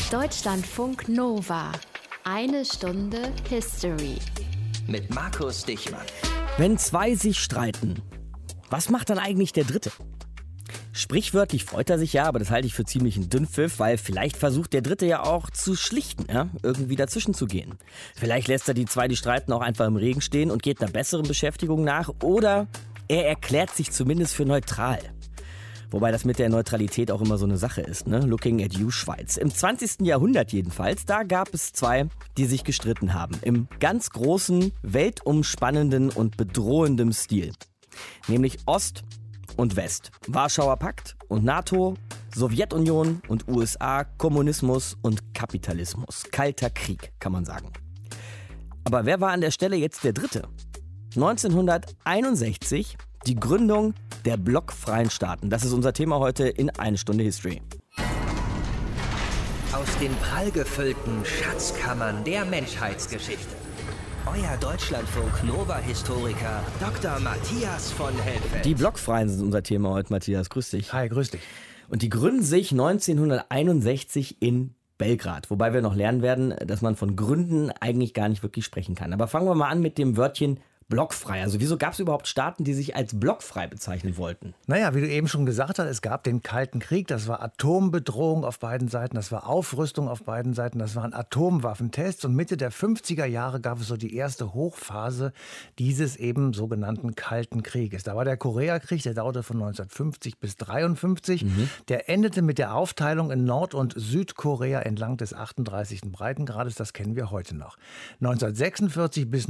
Deutschlandfunk Nova. Eine Stunde History. Mit Markus Dichmann. Wenn zwei sich streiten, was macht dann eigentlich der Dritte? Sprichwörtlich freut er sich ja, aber das halte ich für ziemlich einen Dünnpfiff, weil vielleicht versucht der Dritte ja auch zu schlichten, ja? Irgendwie dazwischen zu gehen. Vielleicht lässt er die zwei, die streiten, auch einfach im Regen stehen und geht einer besseren Beschäftigung nach, oder er erklärt sich zumindest für neutral. Wobei das mit der Neutralität auch immer so eine Sache ist, ne? Looking at you, Schweiz. Im 20. Jahrhundert jedenfalls, da gab es zwei, die sich gestritten haben. Im ganz großen, weltumspannenden und bedrohenden Stil. Nämlich Ost und West. Warschauer Pakt und NATO, Sowjetunion und USA, Kommunismus und Kapitalismus. Kalter Krieg, kann man sagen. Aber wer war an der Stelle jetzt der Dritte? 1961 die Gründung der blockfreien Staaten. Das ist unser Thema heute in eine Stunde History. Aus den prallgefüllten Schatzkammern der Menschheitsgeschichte. Euer Deutschlandfunk Nova-Historiker Dr. Matthias von Helfeld. Die Blockfreien sind unser Thema heute, Matthias. Grüß dich. Hi, grüß dich. Und die gründen sich 1961 in Belgrad. Wobei wir noch lernen werden, dass man von Gründen eigentlich gar nicht wirklich sprechen kann. Aber fangen wir mal an mit dem Wörtchen blockfrei. Also wieso gab es überhaupt Staaten, die sich als blockfrei bezeichnen wollten? Naja, wie du eben schon gesagt hast, es gab den Kalten Krieg, das war Atombedrohung auf beiden Seiten, das war Aufrüstung auf beiden Seiten, das waren Atomwaffentests und Mitte der 50er Jahre gab es so die erste Hochphase dieses eben sogenannten Kalten Krieges. Da war der Koreakrieg, der dauerte von 1950 bis 1953. Der endete mit der Aufteilung in Nord- und Südkorea entlang des 38. Breitengrades, das kennen wir heute noch. 1946 bis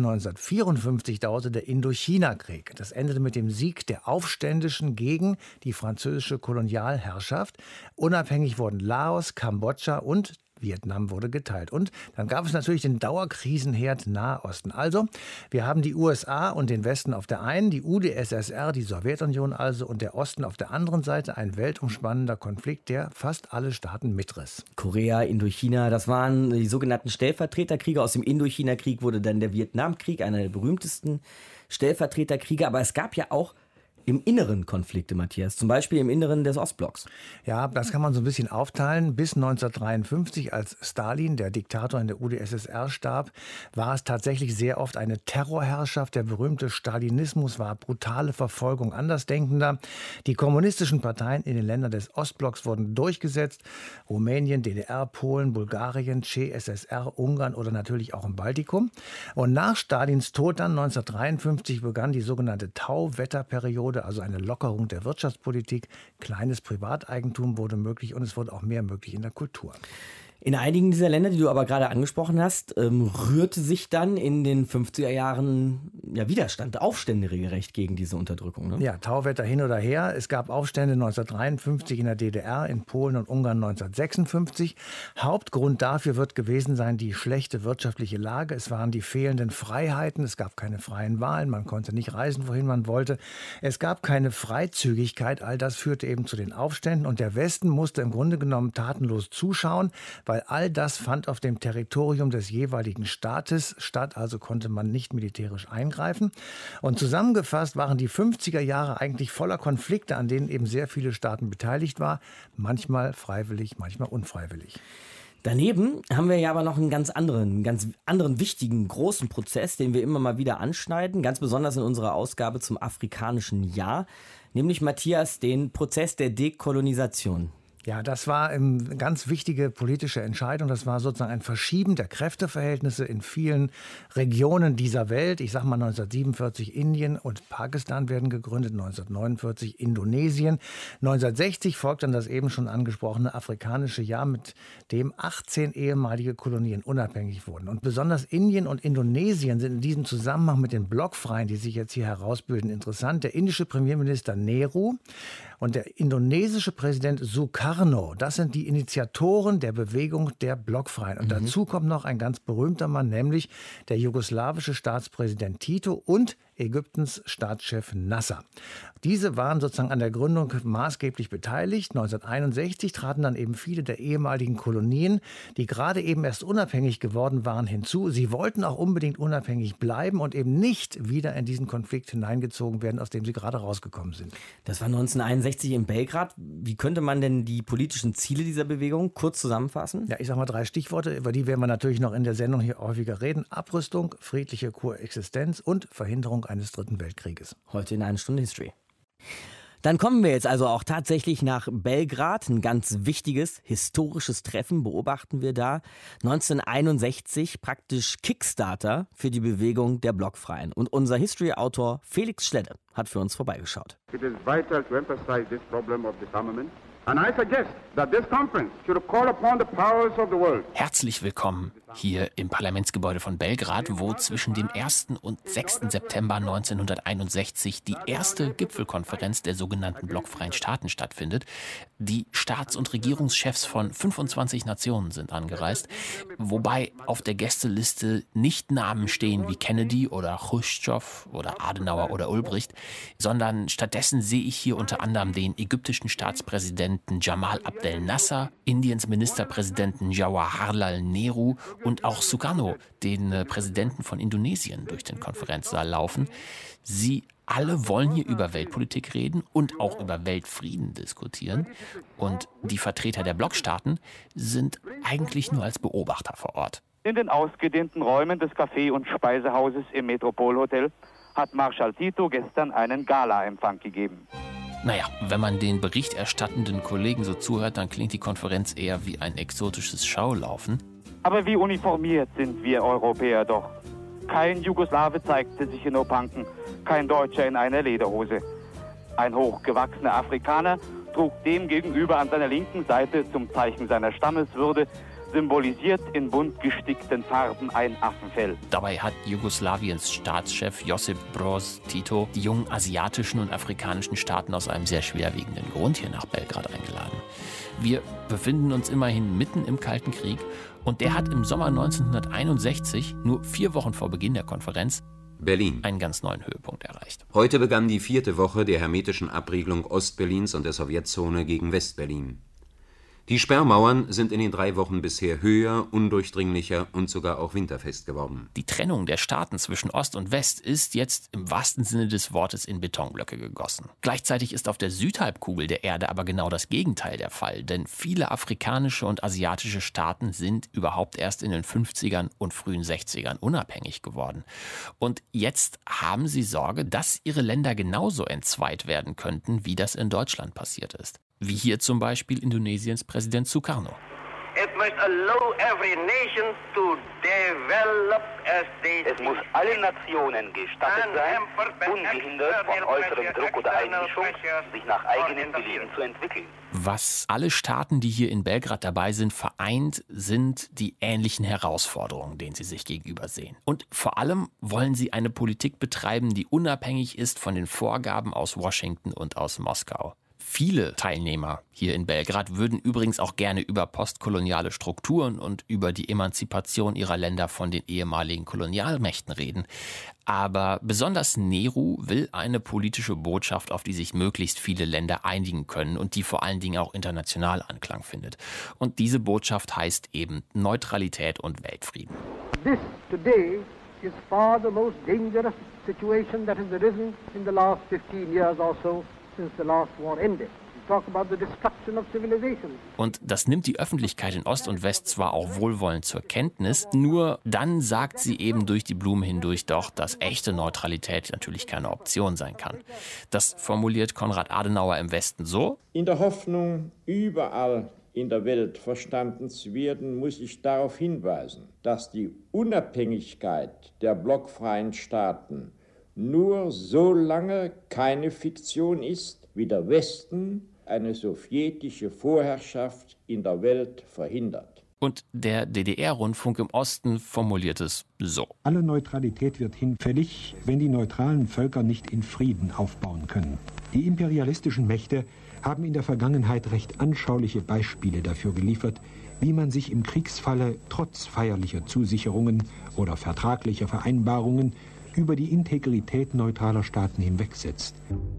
1954 dauerte der Indochina-Krieg. Das endete mit dem Sieg der Aufständischen gegen die französische Kolonialherrschaft. Unabhängig wurden Laos, Kambodscha und Vietnam wurde geteilt. Und dann gab es natürlich den Dauerkrisenherd Nahosten. Also, wir haben die USA und den Westen auf der einen, die UdSSR, die Sowjetunion also, und der Osten auf der anderen Seite. Ein weltumspannender Konflikt, der fast alle Staaten mitriss. Korea, Indochina, das waren die sogenannten Stellvertreterkriege. Aus dem Indochina-Krieg wurde dann der Vietnamkrieg, einer der berühmtesten Stellvertreterkriege. Aber es gab ja auch im Inneren Konflikte, Matthias, zum Beispiel im Inneren des Ostblocks. Ja, das kann man so ein bisschen aufteilen. Bis 1953, als Stalin, der Diktator in der UdSSR, starb, war es tatsächlich sehr oft eine Terrorherrschaft. Der berühmte Stalinismus war brutale Verfolgung Andersdenkender. Die kommunistischen Parteien in den Ländern des Ostblocks wurden durchgesetzt. Rumänien, DDR, Polen, Bulgarien, CSSR, Ungarn oder natürlich auch im Baltikum. Und nach Stalins Tod dann 1953 begann die sogenannte Tauwetterperiode, also eine Lockerung der Wirtschaftspolitik. Kleines Privateigentum wurde möglich und es wurde auch mehr möglich in der Kultur. In einigen dieser Länder, die du aber gerade angesprochen hast, rührte sich dann in den 50er Jahren Widerstand, Aufstände regelrecht gegen diese Unterdrückung. Ne? Ja, Tauwetter hin oder her. Es gab Aufstände 1953 in der DDR, in Polen und Ungarn 1956. Hauptgrund dafür wird gewesen sein die schlechte wirtschaftliche Lage. Es waren die fehlenden Freiheiten. Es gab keine freien Wahlen. Man konnte nicht reisen, wohin man wollte. Es gab keine Freizügigkeit. All das führte eben zu den Aufständen. Und der Westen musste im Grunde genommen tatenlos zuschauen, weil all das fand auf dem Territorium des jeweiligen Staates statt, also konnte man nicht militärisch eingreifen. Und zusammengefasst waren die 50er Jahre eigentlich voller Konflikte, an denen eben sehr viele Staaten beteiligt waren, manchmal freiwillig, manchmal unfreiwillig. Daneben haben wir ja aber noch einen ganz anderen wichtigen, großen Prozess, den wir immer mal wieder anschneiden, ganz besonders in unserer Ausgabe zum afrikanischen Jahr, nämlich, Matthias, den Prozess der Dekolonisation. Ja, das war eine ganz wichtige politische Entscheidung. Das war sozusagen ein Verschieben der Kräfteverhältnisse in vielen Regionen dieser Welt. Ich sage mal 1947 Indien und Pakistan werden gegründet, 1949 Indonesien. 1960 folgt dann das eben schon angesprochene afrikanische Jahr, mit dem 18 ehemalige Kolonien unabhängig wurden. Und besonders Indien und Indonesien sind in diesem Zusammenhang mit den Blockfreien, die sich jetzt hier herausbilden, interessant. Der indische Premierminister Nehru und der indonesische Präsident Sukarno, das sind die Initiatoren der Bewegung der Blockfreien. Und dazu kommt noch ein ganz berühmter Mann, nämlich der jugoslawische Staatspräsident Tito und Ägyptens Staatschef Nasser. Diese waren sozusagen an der Gründung maßgeblich beteiligt. 1961 traten dann eben viele der ehemaligen Kolonien, die gerade eben erst unabhängig geworden waren, hinzu. Sie wollten auch unbedingt unabhängig bleiben und eben nicht wieder in diesen Konflikt hineingezogen werden, aus dem sie gerade rausgekommen sind. Das war 1961 in Belgrad. Wie könnte man denn die politischen Ziele dieser Bewegung kurz zusammenfassen? Ja, ich sage mal 3 Stichworte, über die werden wir natürlich noch in der Sendung hier häufiger reden. Abrüstung, friedliche Koexistenz und Verhinderung eines 3. Weltkrieges. Heute in 1 Stunde History. Dann kommen wir jetzt also auch tatsächlich nach Belgrad. Ein ganz wichtiges historisches Treffen beobachten wir da. 1961 praktisch Kickstarter für die Bewegung der Blockfreien. Und unser History-Autor Felix Schledde hat für uns vorbeigeschaut. It is vital to emphasize this problem of disarmament. And I suggest that this conference should call upon the powers of the world. Herzlich willkommen hier im Parlamentsgebäude von Belgrad, wo zwischen dem 1. und 6. September 1961 die erste Gipfelkonferenz der sogenannten blockfreien Staaten stattfindet. Die Staats- und Regierungschefs von 25 Nationen sind angereist, wobei auf der Gästeliste nicht Namen stehen wie Kennedy oder Chruschtschow oder Adenauer oder Ulbricht, sondern stattdessen sehe ich hier unter anderem den ägyptischen Staatspräsidenten Jamal Abdel Nasser, Indiens Ministerpräsidenten Jawaharlal Nehru und auch Sukarno, den Präsidenten von Indonesien, durch den Konferenzsaal laufen. Sie alle wollen hier über Weltpolitik reden und auch über Weltfrieden diskutieren. Und die Vertreter der Blockstaaten sind eigentlich nur als Beobachter vor Ort. In den ausgedehnten Räumen des Café- und Speisehauses im Metropolhotel hat Marschall Tito gestern einen Gala-Empfang gegeben. Naja, wenn man den berichterstattenden Kollegen so zuhört, dann klingt die Konferenz eher wie ein exotisches Schaulaufen. Aber wie uniformiert sind wir Europäer doch. Kein Jugoslawe zeigte sich in Opanken, kein Deutscher in einer Lederhose. Ein hochgewachsener Afrikaner trug demgegenüber an seiner linken Seite zum Zeichen seiner Stammeswürde, symbolisiert in bunt gestickten Farben, ein Affenfell. Dabei hat Jugoslawiens Staatschef Josip Broz Tito die jungen asiatischen und afrikanischen Staaten aus einem sehr schwerwiegenden Grund hier nach Belgrad eingeladen. Wir befinden uns immerhin mitten im Kalten Krieg und der hat im Sommer 1961, nur 4 Wochen vor Beginn der Konferenz, Berlin. Einen ganz neuen Höhepunkt erreicht. Heute begann die 4. Woche der hermetischen Abriegelung Ostberlins und der Sowjetzone gegen Westberlin. Die Sperrmauern sind in den 3 Wochen bisher höher, undurchdringlicher und sogar auch winterfest geworden. Die Trennung der Staaten zwischen Ost und West ist jetzt im wahrsten Sinne des Wortes in Betonblöcke gegossen. Gleichzeitig ist auf der Südhalbkugel der Erde aber genau das Gegenteil der Fall, denn viele afrikanische und asiatische Staaten sind überhaupt erst in den 50ern und frühen 60ern unabhängig geworden. Und jetzt haben sie Sorge, dass ihre Länder genauso entzweit werden könnten, wie das in Deutschland passiert ist. Wie hier zum Beispiel Indonesiens Präsident Sukarno. Es muss allen Nationen gestattet sein, ungehindert von äußerem Druck oder Einmischung, sich nach eigenem Belieben zu entwickeln. Was alle Staaten, die hier in Belgrad dabei sind, vereint, sind die ähnlichen Herausforderungen, denen sie sich gegenüber sehen. Und vor allem wollen sie eine Politik betreiben, die unabhängig ist von den Vorgaben aus Washington und aus Moskau. Viele Teilnehmer hier in Belgrad würden übrigens auch gerne über postkoloniale Strukturen und über die Emanzipation ihrer Länder von den ehemaligen Kolonialmächten reden. Aber besonders Nehru will eine politische Botschaft, auf die sich möglichst viele Länder einigen können und die vor allen Dingen auch international Anklang findet. Und diese Botschaft heißt eben Neutralität und Weltfrieden. This today is far the most dangerous situation that has arisen in the last 15 years or so. Since the last war ended. Talk about the destruction of civilization. Und das nimmt die Öffentlichkeit in Ost und West zwar auch wohlwollend zur Kenntnis, nur dann sagt sie eben durch die Blume hindurch doch, dass echte Neutralität natürlich keine Option sein kann. Das formuliert Konrad Adenauer im Westen so: In der Hoffnung, überall in der Welt verstanden zu werden, muss ich darauf hinweisen, dass die Unabhängigkeit der blockfreien Staaten nur so lange keine Fiktion ist, wie der Westen eine sowjetische Vorherrschaft in der Welt verhindert. Und der DDR-Rundfunk im Osten formuliert es so: Alle Neutralität wird hinfällig, wenn die neutralen Völker nicht in Frieden aufbauen können. Die imperialistischen Mächte haben in der Vergangenheit recht anschauliche Beispiele dafür geliefert, wie man sich im Kriegsfalle trotz feierlicher Zusicherungen oder vertraglicher Vereinbarungen über die Integrität neutraler Staaten hinwegsetzt.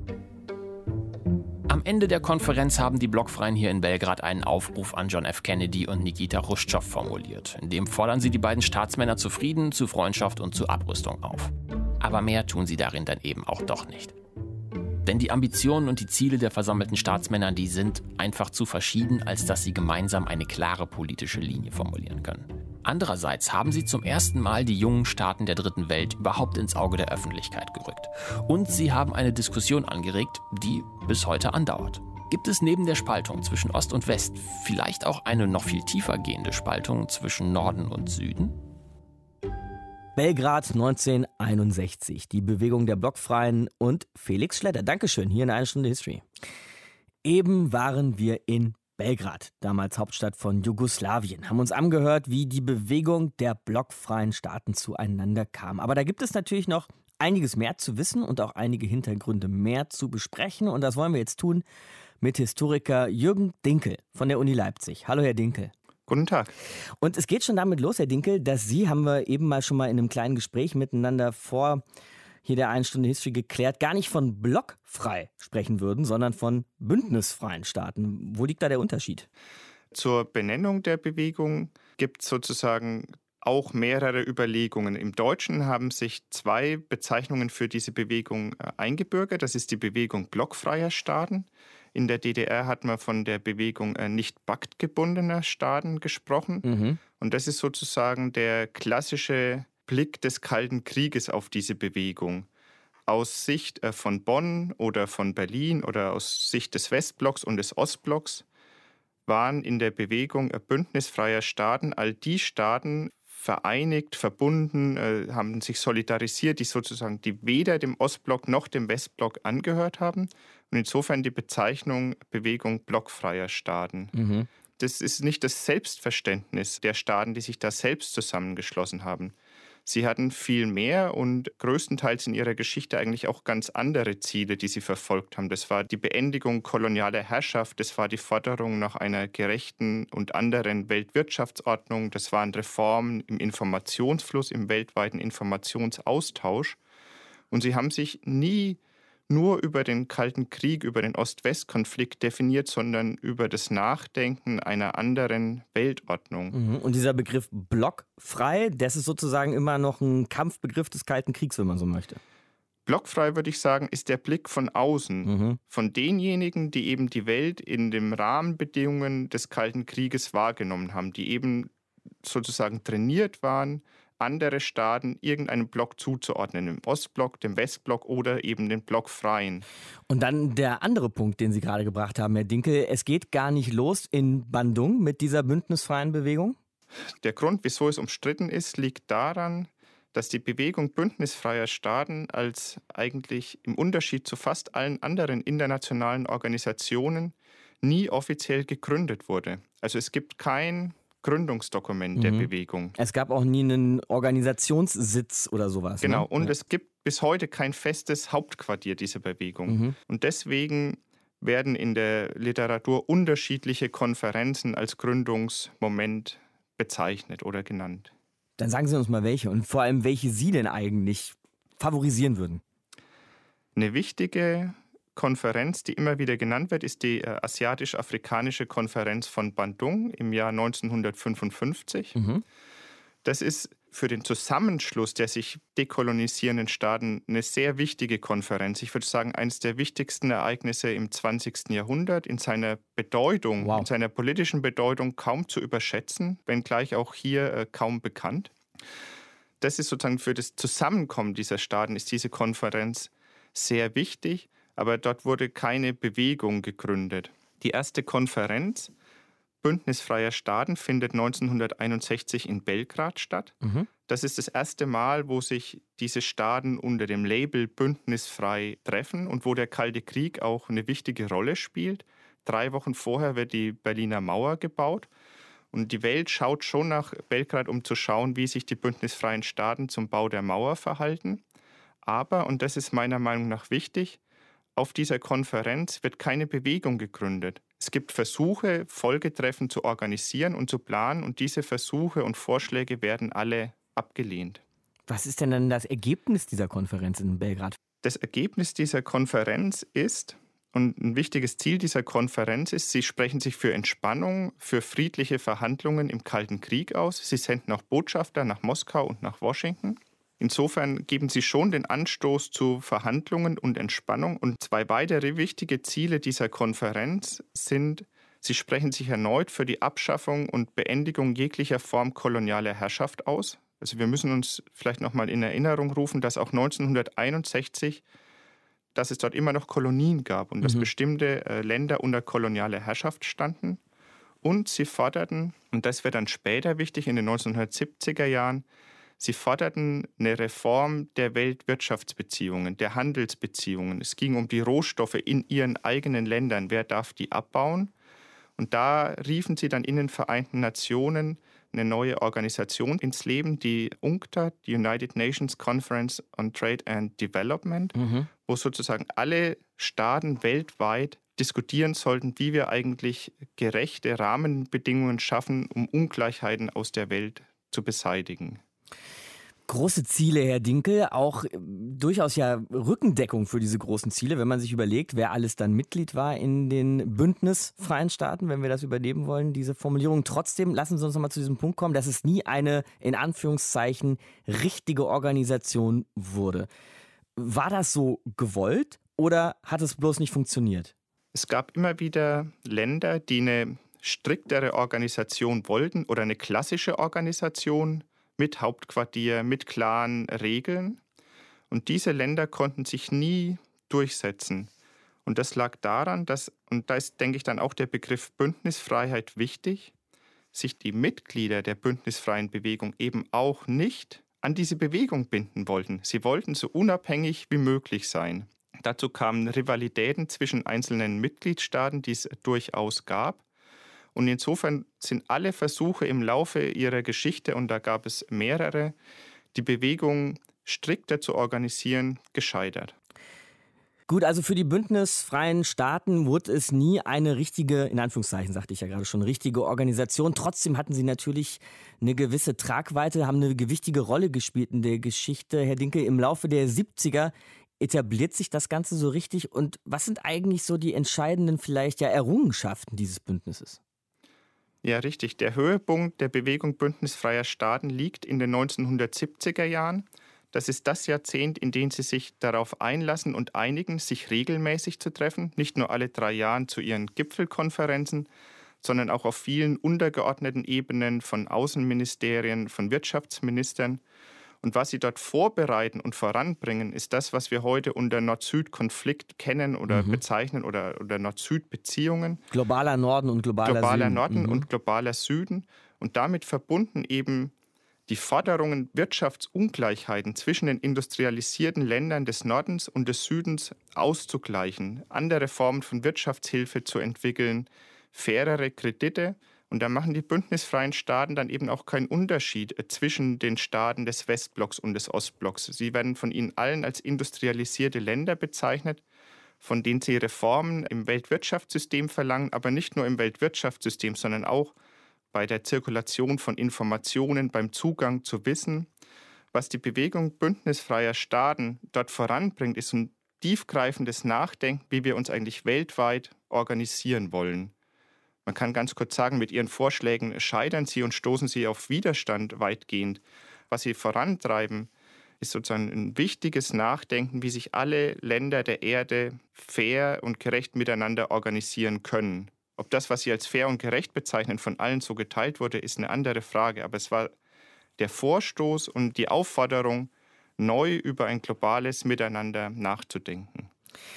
Am Ende der Konferenz haben die Blockfreien hier in Belgrad einen Aufruf an John F. Kennedy und Nikita Chruschtschow formuliert. In dem fordern sie die beiden Staatsmänner zu Frieden, zu Freundschaft und zu Abrüstung auf. Aber mehr tun sie darin dann eben auch doch nicht. Denn die Ambitionen und die Ziele der versammelten Staatsmänner, die sind einfach zu verschieden, als dass sie gemeinsam eine klare politische Linie formulieren können. Andererseits haben sie zum ersten Mal die jungen Staaten der Dritten Welt überhaupt ins Auge der Öffentlichkeit gerückt. Und sie haben eine Diskussion angeregt, die bis heute andauert. Gibt es neben der Spaltung zwischen Ost und West vielleicht auch eine noch viel tiefer gehende Spaltung zwischen Norden und Süden? Belgrad 1961, die Bewegung der Blockfreien und Felix Schletter. Dankeschön, hier in 1 Stunde History. Eben waren wir in Belgrad, damals Hauptstadt von Jugoslawien, haben uns angehört, wie die Bewegung der blockfreien Staaten zueinander kam. Aber da gibt es natürlich noch einiges mehr zu wissen und auch einige Hintergründe mehr zu besprechen. Und das wollen wir jetzt tun mit Historiker Jürgen Dinkel von der Uni Leipzig. Hallo, Herr Dinkel. Guten Tag. Und es geht schon damit los, Herr Dinkel, dass Sie, haben wir eben mal schon mal in einem kleinen Gespräch miteinander vor hier der 1 Stunde History geklärt, gar nicht von blockfrei sprechen würden, sondern von bündnisfreien Staaten. Wo liegt da der Unterschied? Zur Benennung der Bewegung gibt es sozusagen auch mehrere Überlegungen. Im Deutschen haben sich 2 Bezeichnungen für diese Bewegung eingebürgert. Das ist die Bewegung blockfreier Staaten. In der DDR hat man von der Bewegung nicht paktgebundener Staaten gesprochen. Und das ist sozusagen der klassische Blick des Kalten Krieges auf diese Bewegung. Aus Sicht von Bonn oder von Berlin oder aus Sicht des Westblocks und des Ostblocks waren in der Bewegung bündnisfreier Staaten all die Staaten vereinigt, verbunden, haben sich solidarisiert, die weder dem Ostblock noch dem Westblock angehört haben. Und insofern die Bezeichnung Bewegung blockfreier Staaten. Das ist nicht das Selbstverständnis der Staaten, die sich da selbst zusammengeschlossen haben. Sie hatten viel mehr und größtenteils in ihrer Geschichte eigentlich auch ganz andere Ziele, die sie verfolgt haben. Das war die Beendigung kolonialer Herrschaft, das war die Forderung nach einer gerechten und anderen Weltwirtschaftsordnung, das waren Reformen im Informationsfluss, im weltweiten Informationsaustausch. Und sie haben sich nie nur über den Kalten Krieg, über den Ost-West-Konflikt definiert, sondern über das Nachdenken einer anderen Weltordnung. Und dieser Begriff blockfrei, das ist sozusagen immer noch ein Kampfbegriff des Kalten Kriegs, wenn man so möchte. Blockfrei, würde ich sagen, ist der Blick von außen, von denjenigen, die eben die Welt in den Rahmenbedingungen des Kalten Krieges wahrgenommen haben, die eben sozusagen trainiert waren, andere Staaten irgendeinem Block zuzuordnen, dem Ostblock, dem Westblock oder eben den Blockfreien. Und dann der andere Punkt, den Sie gerade gebracht haben, Herr Dinkel, es geht gar nicht los in Bandung mit dieser bündnisfreien Bewegung? Der Grund, wieso es umstritten ist, liegt daran, dass die Bewegung bündnisfreier Staaten als eigentlich im Unterschied zu fast allen anderen internationalen Organisationen nie offiziell gegründet wurde. Also es gibt kein Gründungsdokument der Bewegung. Es gab auch nie einen Organisationssitz oder sowas. Genau, ne? Und es gibt bis heute kein festes Hauptquartier dieser Bewegung. Und deswegen werden in der Literatur unterschiedliche Konferenzen als Gründungsmoment bezeichnet oder genannt. Dann sagen Sie uns mal welche und vor allem, welche Sie denn eigentlich favorisieren würden. Eine wichtige Konferenz, die immer wieder genannt wird, ist die Asiatisch-Afrikanische Konferenz von Bandung im Jahr 1955. Das ist für den Zusammenschluss der sich dekolonisierenden Staaten eine sehr wichtige Konferenz. Ich würde sagen, eines der wichtigsten Ereignisse im 20. Jahrhundert, in seiner Bedeutung, in seiner politischen Bedeutung kaum zu überschätzen, wenngleich auch hier kaum bekannt. Das ist sozusagen für das Zusammenkommen dieser Staaten ist diese Konferenz sehr wichtig. Aber dort wurde keine Bewegung gegründet. Die erste Konferenz bündnisfreier Staaten findet 1961 in Belgrad statt. Das ist das erste Mal, wo sich diese Staaten unter dem Label bündnisfrei treffen und wo der Kalte Krieg auch eine wichtige Rolle spielt. 3 Wochen vorher wird die Berliner Mauer gebaut. Und die Welt schaut schon nach Belgrad, um zu schauen, wie sich die bündnisfreien Staaten zum Bau der Mauer verhalten. Aber, und das ist meiner Meinung nach wichtig, auf dieser Konferenz wird keine Bewegung gegründet. Es gibt Versuche, Folgetreffen zu organisieren und zu planen und diese Versuche und Vorschläge werden alle abgelehnt. Was ist denn dann das Ergebnis dieser Konferenz in Belgrad? Das Ergebnis dieser Konferenz ist, und ein wichtiges Ziel dieser Konferenz ist, sie sprechen sich für Entspannung, für friedliche Verhandlungen im Kalten Krieg aus. Sie senden auch Botschafter nach Moskau und nach Washington. Insofern geben sie schon den Anstoß zu Verhandlungen und Entspannung. Und zwei weitere wichtige Ziele dieser Konferenz sind, sie sprechen sich erneut für die Abschaffung und Beendigung jeglicher Form kolonialer Herrschaft aus. Also wir müssen uns vielleicht noch mal in Erinnerung rufen, dass auch 1961, dass es dort immer noch Kolonien gab und dass bestimmte Länder unter kolonialer Herrschaft standen. Und sie forderten, und das wird dann später wichtig, in den 1970er Jahren, sie forderten eine Reform der Weltwirtschaftsbeziehungen, der Handelsbeziehungen. Es ging um die Rohstoffe in ihren eigenen Ländern. Wer darf die abbauen? Und da riefen sie dann in den Vereinten Nationen eine neue Organisation ins Leben, die UNCTAD, die United Nations Conference on Trade and Development, wo sozusagen alle Staaten weltweit diskutieren sollten, wie wir eigentlich gerechte Rahmenbedingungen schaffen, um Ungleichheiten aus der Welt zu beseitigen. Große Ziele, Herr Dinkel, auch durchaus ja Rückendeckung für diese großen Ziele, wenn man sich überlegt, wer alles dann Mitglied war in den bündnisfreien Staaten, wenn wir das übernehmen wollen, diese Formulierung. Trotzdem lassen Sie uns nochmal zu diesem Punkt kommen, dass es nie eine, in Anführungszeichen, richtige Organisation wurde. War das so gewollt oder hat es bloß nicht funktioniert? Es gab immer wieder Länder, die eine striktere Organisation wollten oder eine klassische Organisation mit Hauptquartier, mit klaren Regeln. Und diese Länder konnten sich nie durchsetzen. Und das lag daran, dass, und da ist, denke ich, dann auch der Begriff Bündnisfreiheit wichtig, sich die Mitglieder der bündnisfreien Bewegung eben auch nicht an diese Bewegung binden wollten. Sie wollten so unabhängig wie möglich sein. Dazu kamen Rivalitäten zwischen einzelnen Mitgliedstaaten, die es durchaus gab. Und insofern sind alle Versuche im Laufe ihrer Geschichte, und da gab es mehrere, die Bewegung strikter zu organisieren, gescheitert. Gut, also für die bündnisfreien Staaten wurde es nie eine richtige, in Anführungszeichen sagte ich ja gerade schon, richtige Organisation. Trotzdem hatten sie natürlich eine gewisse Tragweite, haben eine gewichtige Rolle gespielt in der Geschichte. Herr Dinkel, im Laufe der 70er etabliert sich das Ganze so richtig. Und was sind eigentlich so die entscheidenden vielleicht ja Errungenschaften dieses Bündnisses? Ja, richtig. Der Höhepunkt der Bewegung bündnisfreier Staaten liegt in den 1970er Jahren. Das ist das Jahrzehnt, in dem sie sich darauf einlassen und einigen, sich regelmäßig zu treffen, nicht nur alle 3 Jahre zu ihren Gipfelkonferenzen, sondern auch auf vielen untergeordneten Ebenen von Außenministerien, von Wirtschaftsministern. Und was sie dort vorbereiten und voranbringen, ist das, was wir heute unter Nord-Süd-Konflikt kennen oder bezeichnen oder Nord-Süd-Beziehungen. Globaler Norden und globaler Süden. Globaler Norden und globaler Süden. Und damit verbunden eben die Forderungen, Wirtschaftsungleichheiten zwischen den industrialisierten Ländern des Nordens und des Südens auszugleichen, andere Formen von Wirtschaftshilfe zu entwickeln, fairere Kredite. Und da machen die bündnisfreien Staaten dann eben auch keinen Unterschied zwischen den Staaten des Westblocks und des Ostblocks. Sie werden von ihnen allen als industrialisierte Länder bezeichnet, von denen sie Reformen im Weltwirtschaftssystem verlangen, aber nicht nur im Weltwirtschaftssystem, sondern auch bei der Zirkulation von Informationen, beim Zugang zu Wissen. Was die Bewegung bündnisfreier Staaten dort voranbringt, ist ein tiefgreifendes Nachdenken, wie wir uns eigentlich weltweit organisieren wollen. Man kann ganz kurz sagen, mit ihren Vorschlägen scheitern sie und stoßen sie auf Widerstand weitgehend. Was sie vorantreiben, ist sozusagen ein wichtiges Nachdenken, wie sich alle Länder der Erde fair und gerecht miteinander organisieren können. Ob das, was sie als fair und gerecht bezeichnen, von allen so geteilt wurde, ist eine andere Frage. Aber es war der Vorstoß und die Aufforderung, neu über ein globales Miteinander nachzudenken.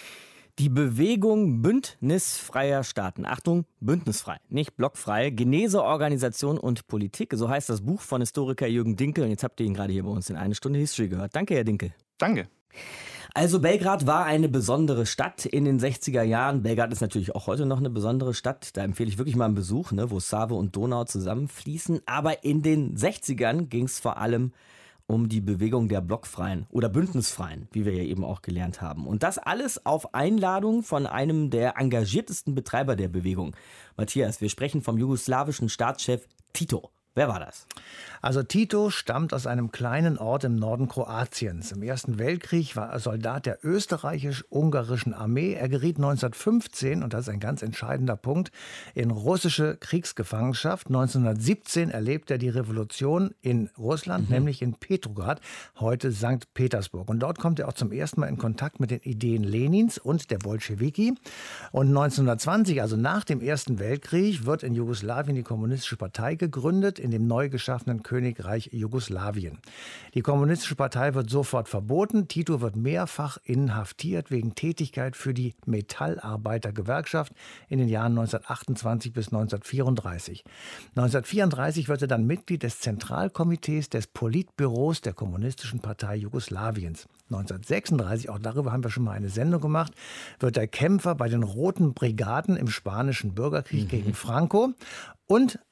Die Bewegung bündnisfreier Staaten, Achtung, bündnisfrei, nicht blockfrei, Genese, Organisation und Politik, so heißt das Buch von Historiker Jürgen Dinkel. Und jetzt habt ihr ihn gerade hier bei uns in 1 Stunde History gehört. Danke, Herr Dinkel. Danke. Also Belgrad war eine besondere Stadt in den 60er Jahren. Belgrad ist natürlich auch heute noch eine besondere Stadt. Da empfehle ich wirklich mal einen Besuch, wo Save und Donau zusammenfließen. Aber in den 60ern ging es vor allem um die Bewegung der Blockfreien oder Bündnisfreien, wie wir ja eben auch gelernt haben. Und das alles auf Einladung von einem der engagiertesten Betreiber der Bewegung. Matthias, wir sprechen vom jugoslawischen Staatschef Tito. Wer war das? Also Tito stammt aus einem kleinen Ort im Norden Kroatiens. Im Ersten Weltkrieg war er Soldat der österreichisch-ungarischen Armee. Er geriet 1915, und das ist ein ganz entscheidender Punkt, in russische Kriegsgefangenschaft. 1917 erlebt er die Revolution in Russland, nämlich in Petrograd, heute St. Petersburg. Und dort kommt er auch zum ersten Mal in Kontakt mit den Ideen Lenins und der Bolschewiki. Und 1920, also nach dem Ersten Weltkrieg, wird in Jugoslawien die Kommunistische Partei gegründet, in dem neu geschaffenen Königreich Jugoslawien. Die Kommunistische Partei wird sofort verboten. Tito wird mehrfach inhaftiert wegen Tätigkeit für die Metallarbeitergewerkschaft in den Jahren 1928 bis 1934. 1934 wird er dann Mitglied des Zentralkomitees des Politbüros der Kommunistischen Partei Jugoslawiens. 1936, auch darüber haben wir schon mal eine Sendung gemacht, wird er Kämpfer bei den Roten Brigaden im Spanischen Bürgerkrieg gegen Franco. Und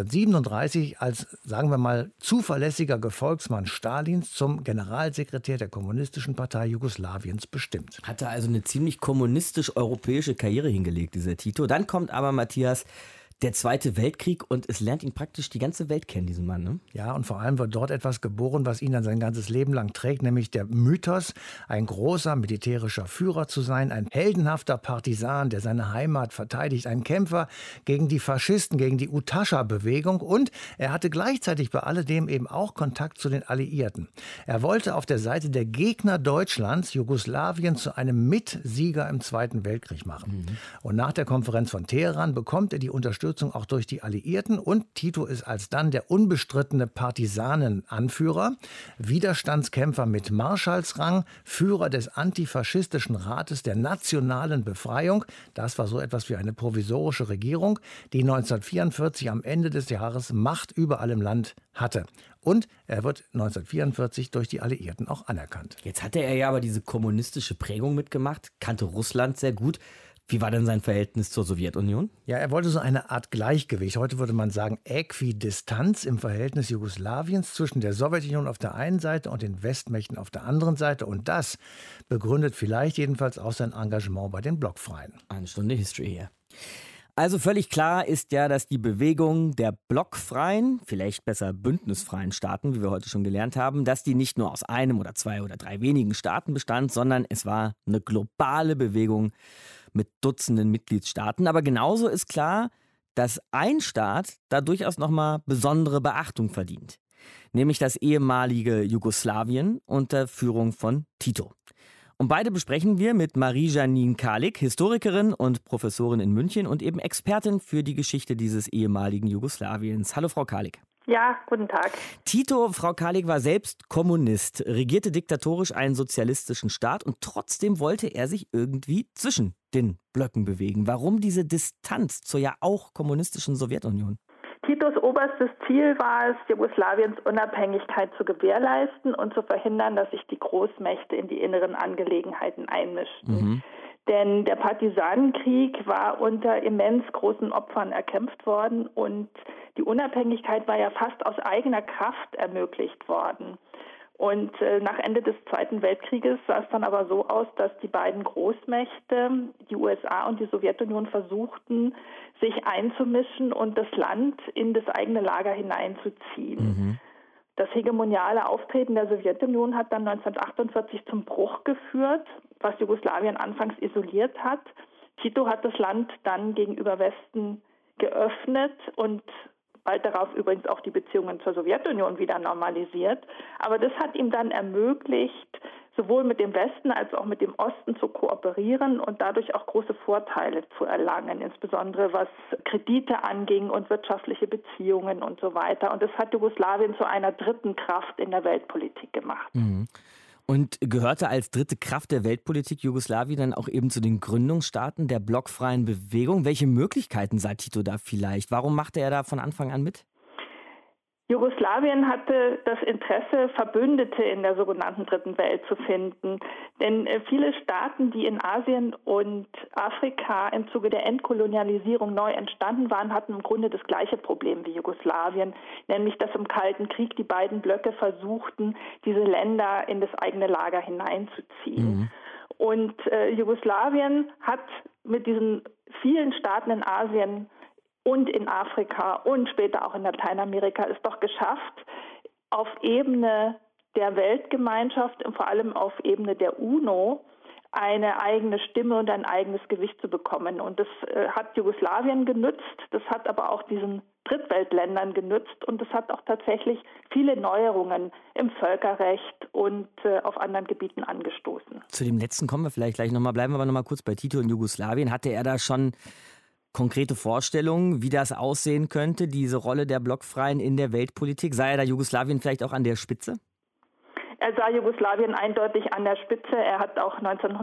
1937 als, sagen wir mal, zuverlässiger Gefolgsmann Stalins zum Generalsekretär der Kommunistischen Partei Jugoslawiens bestimmt. Hatte also eine ziemlich kommunistisch-europäische Karriere hingelegt, dieser Tito. Dann kommt aber Matthias der Zweite Weltkrieg und es lernt ihn praktisch die ganze Welt kennen, diesen Mann. Ne? Ja, und vor allem wird dort etwas geboren, was ihn dann sein ganzes Leben lang trägt, nämlich der Mythos, ein großer militärischer Führer zu sein, ein heldenhafter Partisan, der seine Heimat verteidigt, ein Kämpfer gegen die Faschisten, gegen die Utascha-Bewegung, und er hatte gleichzeitig bei alledem eben auch Kontakt zu den Alliierten. Er wollte auf der Seite der Gegner Deutschlands Jugoslawien zu einem Mitsieger im Zweiten Weltkrieg machen. Und nach der Konferenz von Teheran bekommt er die Unterstützung auch durch die Alliierten, und Tito ist alsdann der unbestrittene Partisanenanführer, Widerstandskämpfer mit Marschallsrang, Führer des antifaschistischen Rates der nationalen Befreiung. Das war so etwas wie eine provisorische Regierung, die 1944 am Ende des Jahres Macht überall im Land hatte. Und er wird 1944 durch die Alliierten auch anerkannt. Jetzt hatte er ja aber diese kommunistische Prägung mitgemacht, kannte Russland sehr gut. Wie war denn sein Verhältnis zur Sowjetunion? Ja, er wollte so eine Art Gleichgewicht, heute würde man sagen Äquidistanz im Verhältnis Jugoslawiens zwischen der Sowjetunion auf der einen Seite und den Westmächten auf der anderen Seite. Und das begründet vielleicht jedenfalls auch sein Engagement bei den Blockfreien. Eine Stunde History hier. Also völlig klar ist ja, dass die Bewegung der blockfreien, vielleicht besser bündnisfreien Staaten, wie wir heute schon gelernt haben, dass die nicht nur aus einem oder zwei oder drei wenigen Staaten bestand, sondern es war eine globale Bewegung mit Dutzenden Mitgliedstaaten. Aber genauso ist klar, dass ein Staat da durchaus nochmal besondere Beachtung verdient. Nämlich das ehemalige Jugoslawien unter Führung von Tito. Und beide besprechen wir mit Marie-Janine Kalik, Historikerin und Professorin in München und eben Expertin für die Geschichte dieses ehemaligen Jugoslawiens. Hallo Frau Kalik. Ja, guten Tag. Tito, Frau Kalik, war selbst Kommunist, regierte diktatorisch einen sozialistischen Staat und trotzdem wollte er sich irgendwie zwischen den Blöcken bewegen. Warum diese Distanz zur ja auch kommunistischen Sowjetunion? Titos oberstes Ziel war es, Jugoslawiens Unabhängigkeit zu gewährleisten und zu verhindern, dass sich die Großmächte in die inneren Angelegenheiten einmischten. Denn der Partisanenkrieg war unter immens großen Opfern erkämpft worden und die Unabhängigkeit war ja fast aus eigener Kraft ermöglicht worden. Und nach Ende des Zweiten Weltkrieges sah es dann aber so aus, dass die beiden Großmächte, die USA und die Sowjetunion, versuchten, sich einzumischen und das Land in das eigene Lager hineinzuziehen. Das hegemoniale Auftreten der Sowjetunion hat dann 1948 zum Bruch geführt, was Jugoslawien anfangs isoliert hat. Tito hat das Land dann gegenüber Westen geöffnet und bald darauf übrigens auch die Beziehungen zur Sowjetunion wieder normalisiert. Aber das hat ihm dann ermöglicht, sowohl mit dem Westen als auch mit dem Osten zu kooperieren und dadurch auch große Vorteile zu erlangen, insbesondere was Kredite anging und wirtschaftliche Beziehungen und so weiter. Und das hat Jugoslawien zu einer dritten Kraft in der Weltpolitik gemacht. Und gehörte als dritte Kraft der Weltpolitik Jugoslawien dann auch eben zu den Gründungsstaaten der blockfreien Bewegung? Welche Möglichkeiten sah Tito da vielleicht? Warum machte er da von Anfang an mit? Jugoslawien hatte das Interesse, Verbündete in der sogenannten Dritten Welt zu finden. Denn viele Staaten, die in Asien und Afrika im Zuge der Entkolonialisierung neu entstanden waren, hatten im Grunde das gleiche Problem wie Jugoslawien, nämlich dass im Kalten Krieg die beiden Blöcke versuchten, diese Länder in das eigene Lager hineinzuziehen. Und Jugoslawien hat mit diesen vielen Staaten in Asien und in Afrika und später auch in Lateinamerika es doch geschafft, auf Ebene der Weltgemeinschaft und vor allem auf Ebene der UNO eine eigene Stimme und ein eigenes Gewicht zu bekommen. Und das hat Jugoslawien genützt, das hat aber auch diesen Drittweltländern genützt und das hat auch tatsächlich viele Neuerungen im Völkerrecht und auf anderen Gebieten angestoßen. Zu dem letzten kommen wir vielleicht gleich nochmal, bleiben wir aber nochmal kurz bei Tito in Jugoslawien. Hatte er da schon konkrete Vorstellungen, wie das aussehen könnte, diese Rolle der Blockfreien in der Weltpolitik? Sah er da Jugoslawien vielleicht auch an der Spitze? Er sah Jugoslawien eindeutig an der Spitze. Er hat auch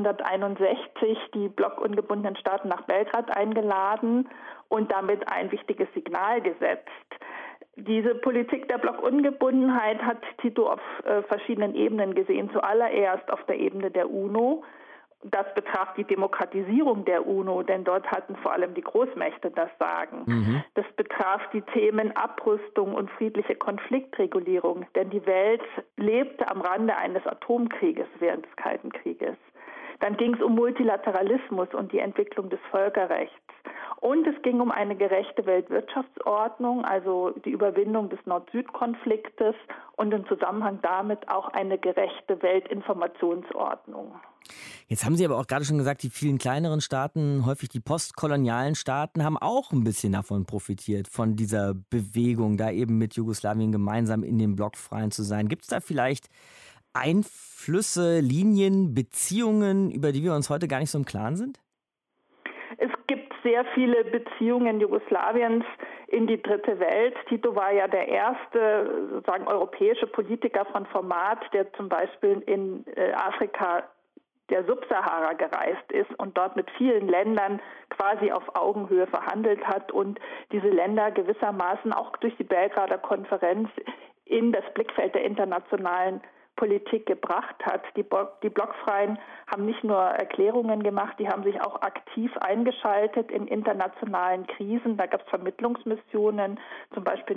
1961 die blockungebundenen Staaten nach Belgrad eingeladen und damit ein wichtiges Signal gesetzt. Diese Politik der Blockungebundenheit hat Tito auf verschiedenen Ebenen gesehen. Zuallererst auf der Ebene der UNO. Das betraf die Demokratisierung der UNO, denn dort hatten vor allem die Großmächte das Sagen. Das betraf die Themen Abrüstung und friedliche Konfliktregulierung, denn die Welt lebte am Rande eines Atomkrieges während des Kalten Krieges. Dann ging es um Multilateralismus und die Entwicklung des Völkerrechts. Und es ging um eine gerechte Weltwirtschaftsordnung, also die Überwindung des Nord-Süd-Konfliktes und im Zusammenhang damit auch eine gerechte Weltinformationsordnung. Jetzt haben Sie aber auch gerade schon gesagt, die vielen kleineren Staaten, häufig die postkolonialen Staaten, haben auch ein bisschen davon profitiert, von dieser Bewegung, da eben mit Jugoslawien gemeinsam in den Blockfreien zu sein. Gibt es da vielleicht Einflüsse, Linien, Beziehungen, über die wir uns heute gar nicht so im Klaren sind? Es gibt sehr viele Beziehungen Jugoslawiens in die dritte Welt. Tito war ja der erste sozusagen europäische Politiker von Format, der zum Beispiel in Afrika der Subsahara gereist ist und dort mit vielen Ländern quasi auf Augenhöhe verhandelt hat und diese Länder gewissermaßen auch durch die Belgrader Konferenz in das Blickfeld der internationalen Politik gebracht hat. Die Blockfreien haben nicht nur Erklärungen gemacht, die haben sich auch aktiv eingeschaltet in internationalen Krisen. Da gab es Vermittlungsmissionen, zum Beispiel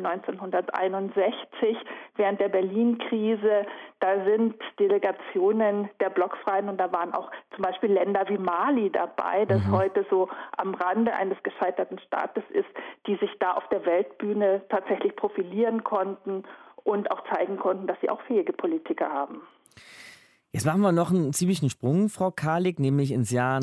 1961 während der Berlin-Krise. Da sind Delegationen der Blockfreien und da waren auch zum Beispiel Länder wie Mali dabei, das heute so am Rande eines gescheiterten Staates ist, die sich da auf der Weltbühne tatsächlich profilieren konnten und auch zeigen konnten, dass sie auch fähige Politiker haben. Jetzt machen wir noch einen ziemlichen Sprung, Frau Kalik, nämlich ins Jahr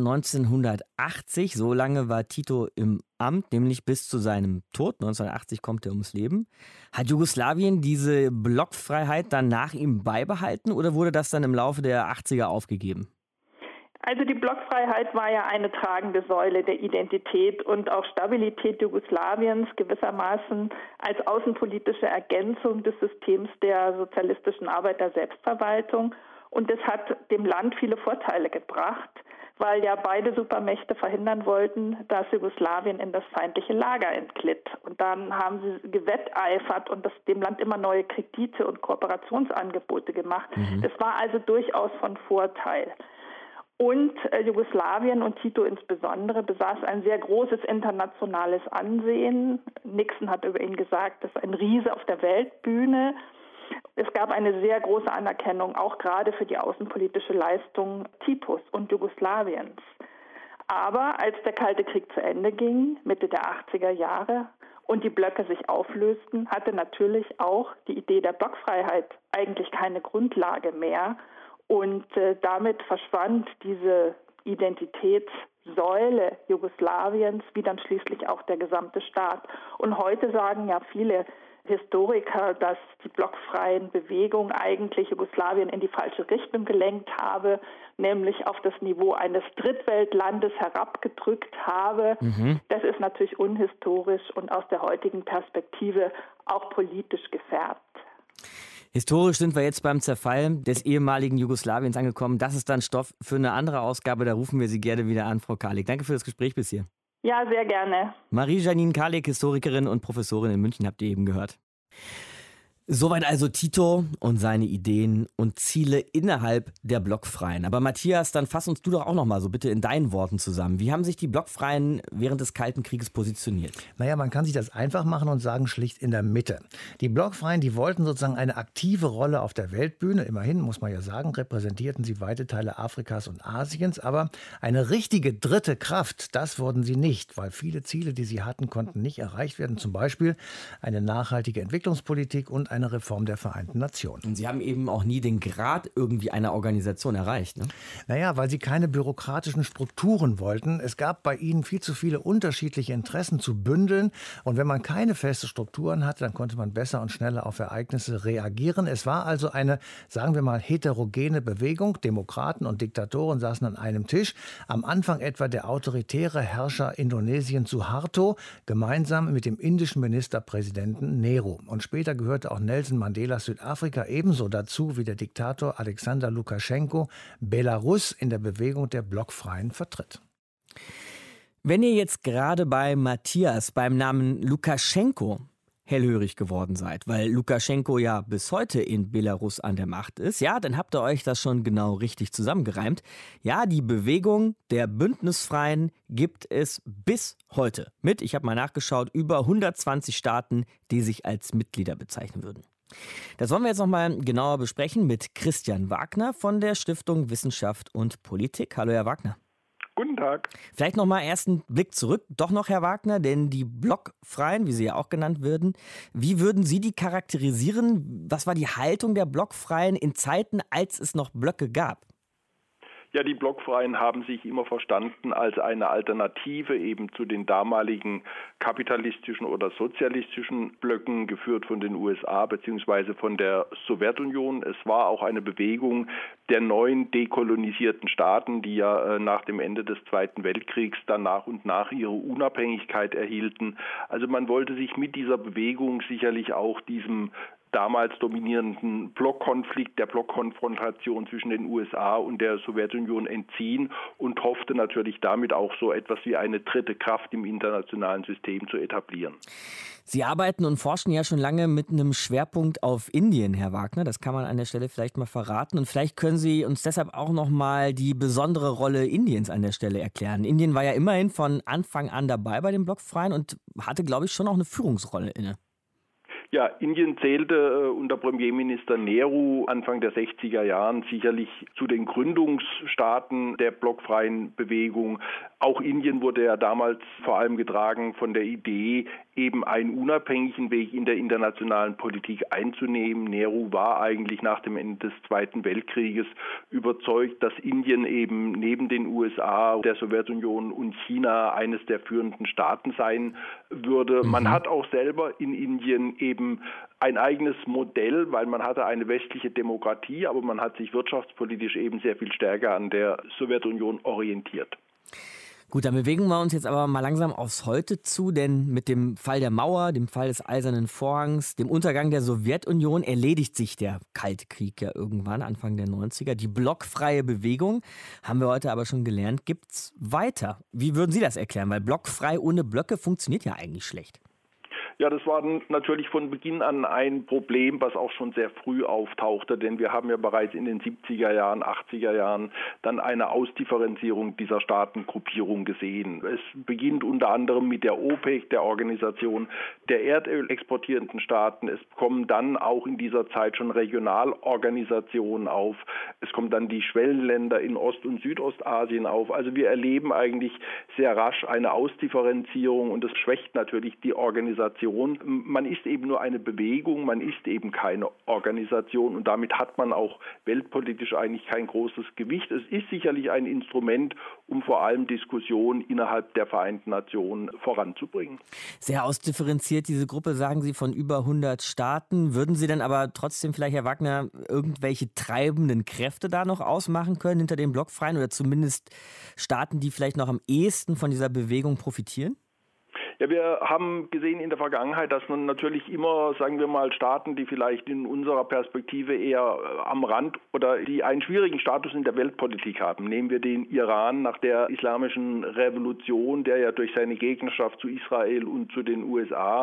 1980. So lange war Tito im Amt, nämlich bis zu seinem Tod. 1980 kommt er ums Leben. Hat Jugoslawien diese Blockfreiheit dann nach ihm beibehalten oder wurde das dann im Laufe der 80er aufgegeben? Also die Blockfreiheit war ja eine tragende Säule der Identität und auch Stabilität Jugoslawiens gewissermaßen als außenpolitische Ergänzung des Systems der sozialistischen Arbeiter-Selbstverwaltung. Und es hat dem Land viele Vorteile gebracht, weil ja beide Supermächte verhindern wollten, dass Jugoslawien in das feindliche Lager entglitt. Und dann haben sie gewetteifert und dem Land immer neue Kredite und Kooperationsangebote gemacht. Das war also durchaus von Vorteil. Und Jugoslawien und Tito insbesondere besaß ein sehr großes internationales Ansehen. Nixon hat über ihn gesagt, das ist ein Riese auf der Weltbühne. Es gab eine sehr große Anerkennung, auch gerade für die außenpolitische Leistung Titos und Jugoslawiens. Aber als der Kalte Krieg zu Ende ging, Mitte der 80er Jahre, und die Blöcke sich auflösten, hatte natürlich auch die Idee der Blockfreiheit eigentlich keine Grundlage mehr. Und damit verschwand diese Identitätssäule Jugoslawiens, wie dann schließlich auch der gesamte Staat. Und heute sagen ja viele Historiker, dass die blockfreien Bewegung eigentlich Jugoslawien in die falsche Richtung gelenkt habe, nämlich auf das Niveau eines Drittweltlandes herabgedrückt habe. Das ist natürlich unhistorisch und aus der heutigen Perspektive auch politisch gefärbt. Historisch sind wir jetzt beim Zerfall des ehemaligen Jugoslawiens angekommen. Das ist dann Stoff für eine andere Ausgabe. Da rufen wir Sie gerne wieder an, Frau Kalik. Danke für das Gespräch bis hier. Ja, sehr gerne. Marie-Janine Kalik, Historikerin und Professorin in München, habt ihr eben gehört. Soweit also Tito und seine Ideen und Ziele innerhalb der Blockfreien. Aber Matthias, dann fass uns du doch auch noch mal so bitte in deinen Worten zusammen. Wie haben sich die Blockfreien während des Kalten Krieges positioniert? Naja, man kann sich das einfach machen und sagen, schlicht in der Mitte. Die Blockfreien, die wollten sozusagen eine aktive Rolle auf der Weltbühne. Immerhin, muss man ja sagen, repräsentierten sie weite Teile Afrikas und Asiens. Aber eine richtige dritte Kraft, das wurden sie nicht, weil viele Ziele, die sie hatten, konnten nicht erreicht werden. Zum Beispiel eine nachhaltige Entwicklungspolitik und eine Reform der Vereinten Nationen. Und sie haben eben auch nie den Grad irgendwie einer Organisation erreicht, ne? Naja, weil sie keine bürokratischen Strukturen wollten. Es gab bei ihnen viel zu viele unterschiedliche Interessen zu bündeln. Und wenn man keine feste Strukturen hatte, dann konnte man besser und schneller auf Ereignisse reagieren. Es war also eine, sagen wir mal, heterogene Bewegung. Demokraten und Diktatoren saßen an einem Tisch. Am Anfang etwa der autoritäre Herrscher Indonesiens Suharto, gemeinsam mit dem indischen Ministerpräsidenten Nehru. Und später gehörte auch Nelson Mandelas Südafrika ebenso dazu wie der Diktator Alexander Lukaschenko Belarus in der Bewegung der Blockfreien vertritt. Wenn ihr jetzt gerade bei Matthias beim Namen Lukaschenko hellhörig geworden seid, weil Lukaschenko ja bis heute in Belarus an der Macht ist, ja, dann habt ihr euch das schon genau richtig zusammengereimt. Ja, die Bewegung der Bündnisfreien gibt es bis heute mit, ich habe mal nachgeschaut, über 120 Staaten, die sich als Mitglieder bezeichnen würden. Das wollen wir jetzt noch mal genauer besprechen mit Christian Wagner von der Stiftung Wissenschaft und Politik. Hallo, Herr Wagner. Guten Tag. Vielleicht noch mal ersten Blick zurück, doch noch, Herr Wagner, denn die Blockfreien, wie sie ja auch genannt werden, wie würden Sie die charakterisieren? Was war die Haltung der Blockfreien in Zeiten, als es noch Blöcke gab? Ja, die Blockfreien haben sich immer verstanden als eine Alternative eben zu den damaligen kapitalistischen oder sozialistischen Blöcken, geführt von den USA bzw. von der Sowjetunion. Es war auch eine Bewegung der neuen dekolonisierten Staaten, die ja nach dem Ende des Zweiten Weltkriegs dann nach und nach ihre Unabhängigkeit erhielten. Also man wollte sich mit dieser Bewegung sicherlich auch diesem damals dominierenden Blockkonflikt, der Blockkonfrontation zwischen den USA und der Sowjetunion entziehen und hoffte natürlich damit auch so etwas wie eine dritte Kraft im internationalen System zu etablieren. Sie arbeiten und forschen ja schon lange mit einem Schwerpunkt auf Indien, Herr Wagner. Das kann man an der Stelle vielleicht mal verraten. Und vielleicht können Sie uns deshalb auch noch mal die besondere Rolle Indiens an der Stelle erklären. Indien war ja immerhin von Anfang an dabei bei den Blockfreien und hatte, glaube ich, schon auch eine Führungsrolle inne. Ja, Indien zählte unter Premierminister Nehru Anfang der 60er Jahren sicherlich zu den Gründungsstaaten der blockfreien Bewegung. Auch Indien wurde ja damals vor allem getragen von der Idee, eben einen unabhängigen Weg in der internationalen Politik einzunehmen. Nehru war eigentlich nach dem Ende des Zweiten Weltkrieges überzeugt, dass Indien eben neben den USA, der Sowjetunion und China eines der führenden Staaten sein würde. Man hat auch selber in Indien eben ein eigenes Modell, weil man hatte eine westliche Demokratie, aber man hat sich wirtschaftspolitisch eben sehr viel stärker an der Sowjetunion orientiert. Gut, dann bewegen wir uns jetzt aber mal langsam aufs Heute zu, denn mit dem Fall der Mauer, dem Fall des Eisernen Vorhangs, dem Untergang der Sowjetunion erledigt sich der Kalte Krieg ja irgendwann, Anfang der 90er. Die blockfreie Bewegung, haben wir heute aber schon gelernt, gibt's weiter. Wie würden Sie das erklären? Weil blockfrei ohne Blöcke funktioniert ja eigentlich schlecht. Ja, das war natürlich von Beginn an ein Problem, was auch schon sehr früh auftauchte, denn wir haben ja bereits in den 70er Jahren, 80er Jahren dann eine Ausdifferenzierung dieser Staatengruppierung gesehen. Es beginnt unter anderem mit der OPEC, der Organisation der Erdöl exportierenden Staaten. Es kommen dann auch in dieser Zeit schon Regionalorganisationen auf. Es kommen dann die Schwellenländer in Ost- und Südostasien auf. Also wir erleben eigentlich sehr rasch eine Ausdifferenzierung und das schwächt natürlich die Organisation. Man ist eben nur eine Bewegung, man ist eben keine Organisation und damit hat man auch weltpolitisch eigentlich kein großes Gewicht. Es ist sicherlich ein Instrument, um vor allem Diskussionen innerhalb der Vereinten Nationen voranzubringen. Sehr ausdifferenziert diese Gruppe, sagen Sie, von über 100 Staaten. Würden Sie denn aber trotzdem vielleicht, Herr Wagner, irgendwelche treibenden Kräfte da noch ausmachen können hinter den Blockfreien oder zumindest Staaten, die vielleicht noch am ehesten von dieser Bewegung profitieren? Ja, wir haben gesehen in der Vergangenheit, dass man natürlich immer, sagen wir mal, Staaten, die vielleicht in unserer Perspektive eher am Rand oder die einen schwierigen Status in der Weltpolitik haben. Nehmen wir den Iran nach der islamischen Revolution, der ja durch seine Gegnerschaft zu Israel und zu den USA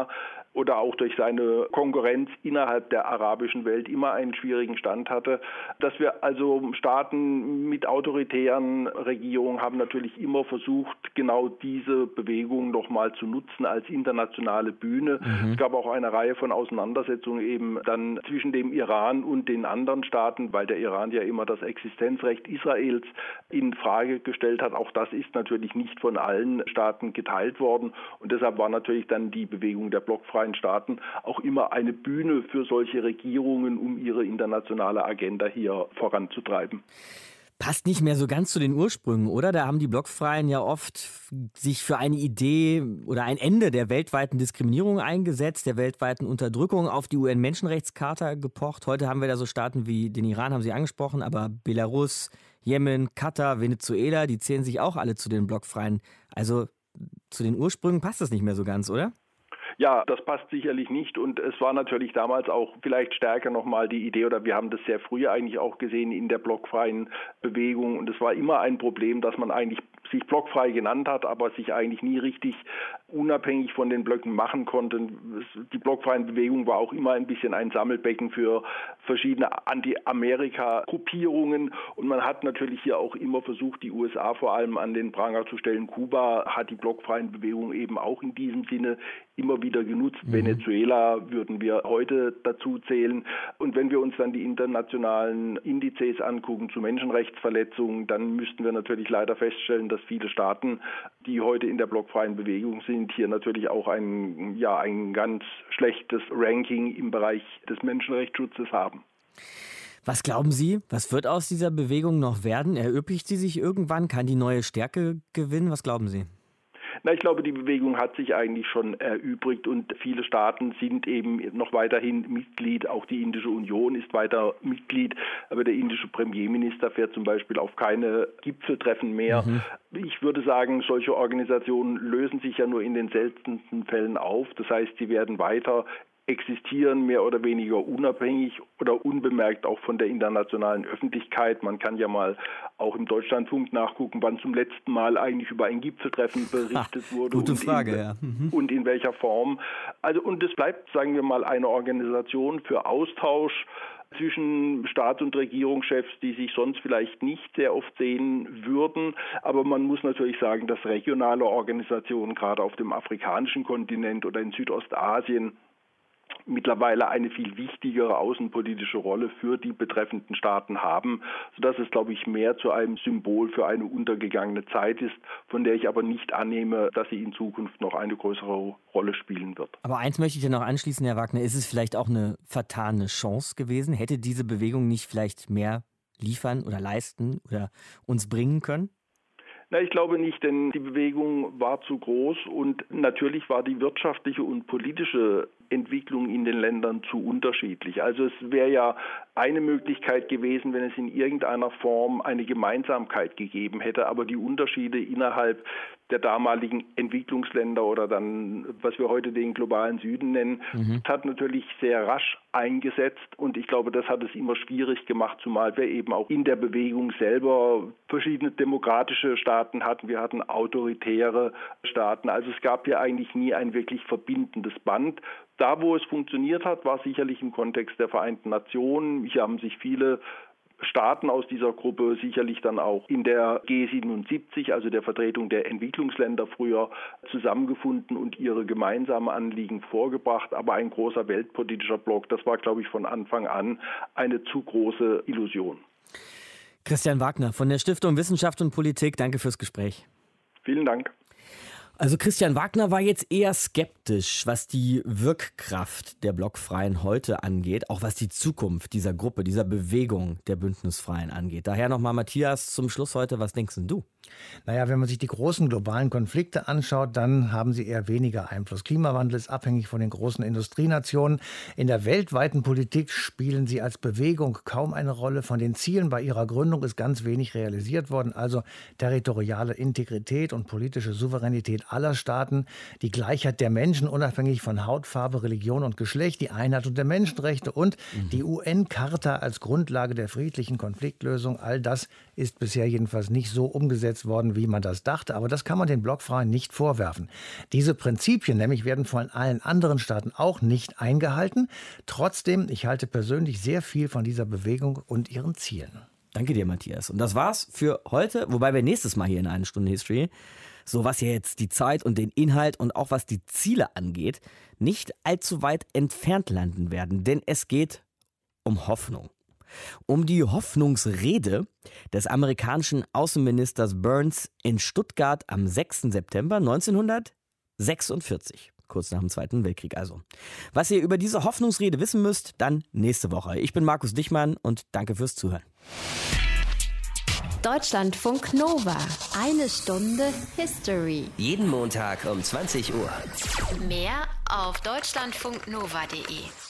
oder auch durch seine Konkurrenz innerhalb der arabischen Welt immer einen schwierigen Stand hatte. Dass wir also Staaten mit autoritären Regierungen haben natürlich immer versucht, genau diese Bewegung nochmal zu nutzen als internationale Bühne. Es gab auch eine Reihe von Auseinandersetzungen eben dann zwischen dem Iran und den anderen Staaten, weil der Iran ja immer das Existenzrecht Israels in Frage gestellt hat. Auch das ist natürlich nicht von allen Staaten geteilt worden und deshalb war natürlich dann die Bewegung der blockfreien Staaten auch immer eine Bühne für solche Regierungen, um ihre internationale Agenda hier voranzutreiben. Passt nicht mehr so ganz zu den Ursprüngen, oder? Da haben die Blockfreien ja oft sich für eine Idee oder ein Ende der weltweiten Diskriminierung eingesetzt, der weltweiten Unterdrückung, auf die UN-Menschenrechtscharta gepocht. Heute haben wir da so Staaten wie den Iran, haben Sie angesprochen, aber Belarus, Jemen, Katar, Venezuela, die zählen sich auch alle zu den Blockfreien. Also zu den Ursprüngen passt das nicht mehr so ganz, oder? Ja, das passt sicherlich nicht und es war natürlich damals auch vielleicht stärker nochmal die Idee oder wir haben das sehr früh eigentlich auch gesehen in der blockfreien Bewegung und es war immer ein Problem, dass man eigentlich sich blockfrei genannt hat, aber sich eigentlich nie richtig unabhängig von den Blöcken machen konnte. Die blockfreien Bewegung war auch immer ein bisschen ein Sammelbecken für verschiedene Anti-Amerika-Gruppierungen und man hat natürlich hier auch immer versucht, die USA vor allem an den Pranger zu stellen. Kuba hat die blockfreien Bewegung eben auch in diesem Sinne immer wieder genutzt. Venezuela würden wir heute dazu zählen. Und wenn wir uns dann die internationalen Indizes angucken zu Menschenrechtsverletzungen, dann müssten wir natürlich leider feststellen, dass viele Staaten, die heute in der blockfreien Bewegung sind, hier natürlich auch ein ganz schlechtes Ranking im Bereich des Menschenrechtsschutzes haben. Was glauben Sie, was wird aus dieser Bewegung noch werden? Erübrigt sie sich irgendwann? Kann die neue Stärke gewinnen? Was glauben Sie? Na, ich glaube, die Bewegung hat sich eigentlich schon erübrigt und viele Staaten sind eben noch weiterhin Mitglied. Auch die Indische Union ist weiter Mitglied, aber der indische Premierminister fährt zum Beispiel auf keine Gipfeltreffen mehr. Ich würde sagen, solche Organisationen lösen sich ja nur in den seltensten Fällen auf. Das heißt, sie werden weiter existieren, mehr oder weniger unabhängig oder unbemerkt auch von der internationalen Öffentlichkeit. Man kann ja mal auch im Deutschlandfunk nachgucken, wann zum letzten Mal eigentlich über ein Gipfeltreffen berichtet wurde. Gute Frage, ja. Und in welcher Form. Also, und es bleibt, sagen wir mal, eine Organisation für Austausch zwischen Staats- und Regierungschefs, die sich sonst vielleicht nicht sehr oft sehen würden. Aber man muss natürlich sagen, dass regionale Organisationen, gerade auf dem afrikanischen Kontinent oder in Südostasien, mittlerweile eine viel wichtigere außenpolitische Rolle für die betreffenden Staaten haben, sodass es, glaube ich, mehr zu einem Symbol für eine untergegangene Zeit ist, von der ich aber nicht annehme, dass sie in Zukunft noch eine größere Rolle spielen wird. Aber eins möchte ich dir noch anschließen, Herr Wagner, ist es vielleicht auch eine vertane Chance gewesen? Hätte diese Bewegung nicht vielleicht mehr liefern oder leisten oder uns bringen können? Na, ich glaube nicht, denn die Bewegung war zu groß und natürlich war die wirtschaftliche und politische Entwicklung in den Ländern zu unterschiedlich. Also es wäre ja eine Möglichkeit gewesen, wenn es in irgendeiner Form eine Gemeinsamkeit gegeben hätte, aber die Unterschiede innerhalb der damaligen Entwicklungsländer oder dann, was wir heute den globalen Süden nennen, hat natürlich sehr rasch eingesetzt und ich glaube, das hat es immer schwierig gemacht, zumal wir eben auch in der Bewegung selber verschiedene demokratische Staaten hatten, wir hatten autoritäre Staaten, also es gab hier eigentlich nie ein wirklich verbindendes Band. Da, wo es funktioniert hat, war sicherlich im Kontext der Vereinten Nationen. Hier haben sich viele Staaten aus dieser Gruppe sicherlich dann auch in der G77, also der Vertretung der Entwicklungsländer früher, zusammengefunden und ihre gemeinsamen Anliegen vorgebracht. Aber ein großer weltpolitischer Block, das war, glaube ich, von Anfang an eine zu große Illusion. Christian Wagner von der Stiftung Wissenschaft und Politik, danke fürs Gespräch. Vielen Dank. Also Christian Wagner war jetzt eher skeptisch, was die Wirkkraft der Blockfreien heute angeht, auch was die Zukunft dieser Gruppe, dieser Bewegung der Bündnisfreien angeht. Daher nochmal Matthias zum Schluss heute, was denkst denn du? Naja, wenn man sich die großen globalen Konflikte anschaut, dann haben sie eher weniger Einfluss. Klimawandel ist abhängig von den großen Industrienationen. In der weltweiten Politik spielen sie als Bewegung kaum eine Rolle. Von den Zielen bei ihrer Gründung ist ganz wenig realisiert worden. Also territoriale Integrität und politische Souveränität aller Staaten, die Gleichheit der Menschen unabhängig von Hautfarbe, Religion und Geschlecht, die Einhaltung der Menschenrechte und die UN-Charta als Grundlage der friedlichen Konfliktlösung. All das ist bisher jedenfalls nicht so umgesetzt, umgesetzt worden, wie man das dachte. Aber das kann man den Blockfreien nicht vorwerfen. Diese Prinzipien nämlich werden von allen anderen Staaten auch nicht eingehalten. Trotzdem, ich halte persönlich sehr viel von dieser Bewegung und ihren Zielen. Danke dir, Matthias. Und das war's für heute, wobei wir nächstes Mal hier in 1 Stunde History, so was ja jetzt die Zeit und den Inhalt und auch was die Ziele angeht, nicht allzu weit entfernt landen werden. Denn es geht um Hoffnung. Um die Hoffnungsrede des amerikanischen Außenministers Burns in Stuttgart am 6. September 1946. Kurz nach dem Zweiten Weltkrieg also. Was ihr über diese Hoffnungsrede wissen müsst, dann nächste Woche. Ich bin Markus Dichmann und danke fürs Zuhören. Deutschlandfunk Nova. 1 Stunde History. Jeden Montag um 20 Uhr. Mehr auf deutschlandfunknova.de.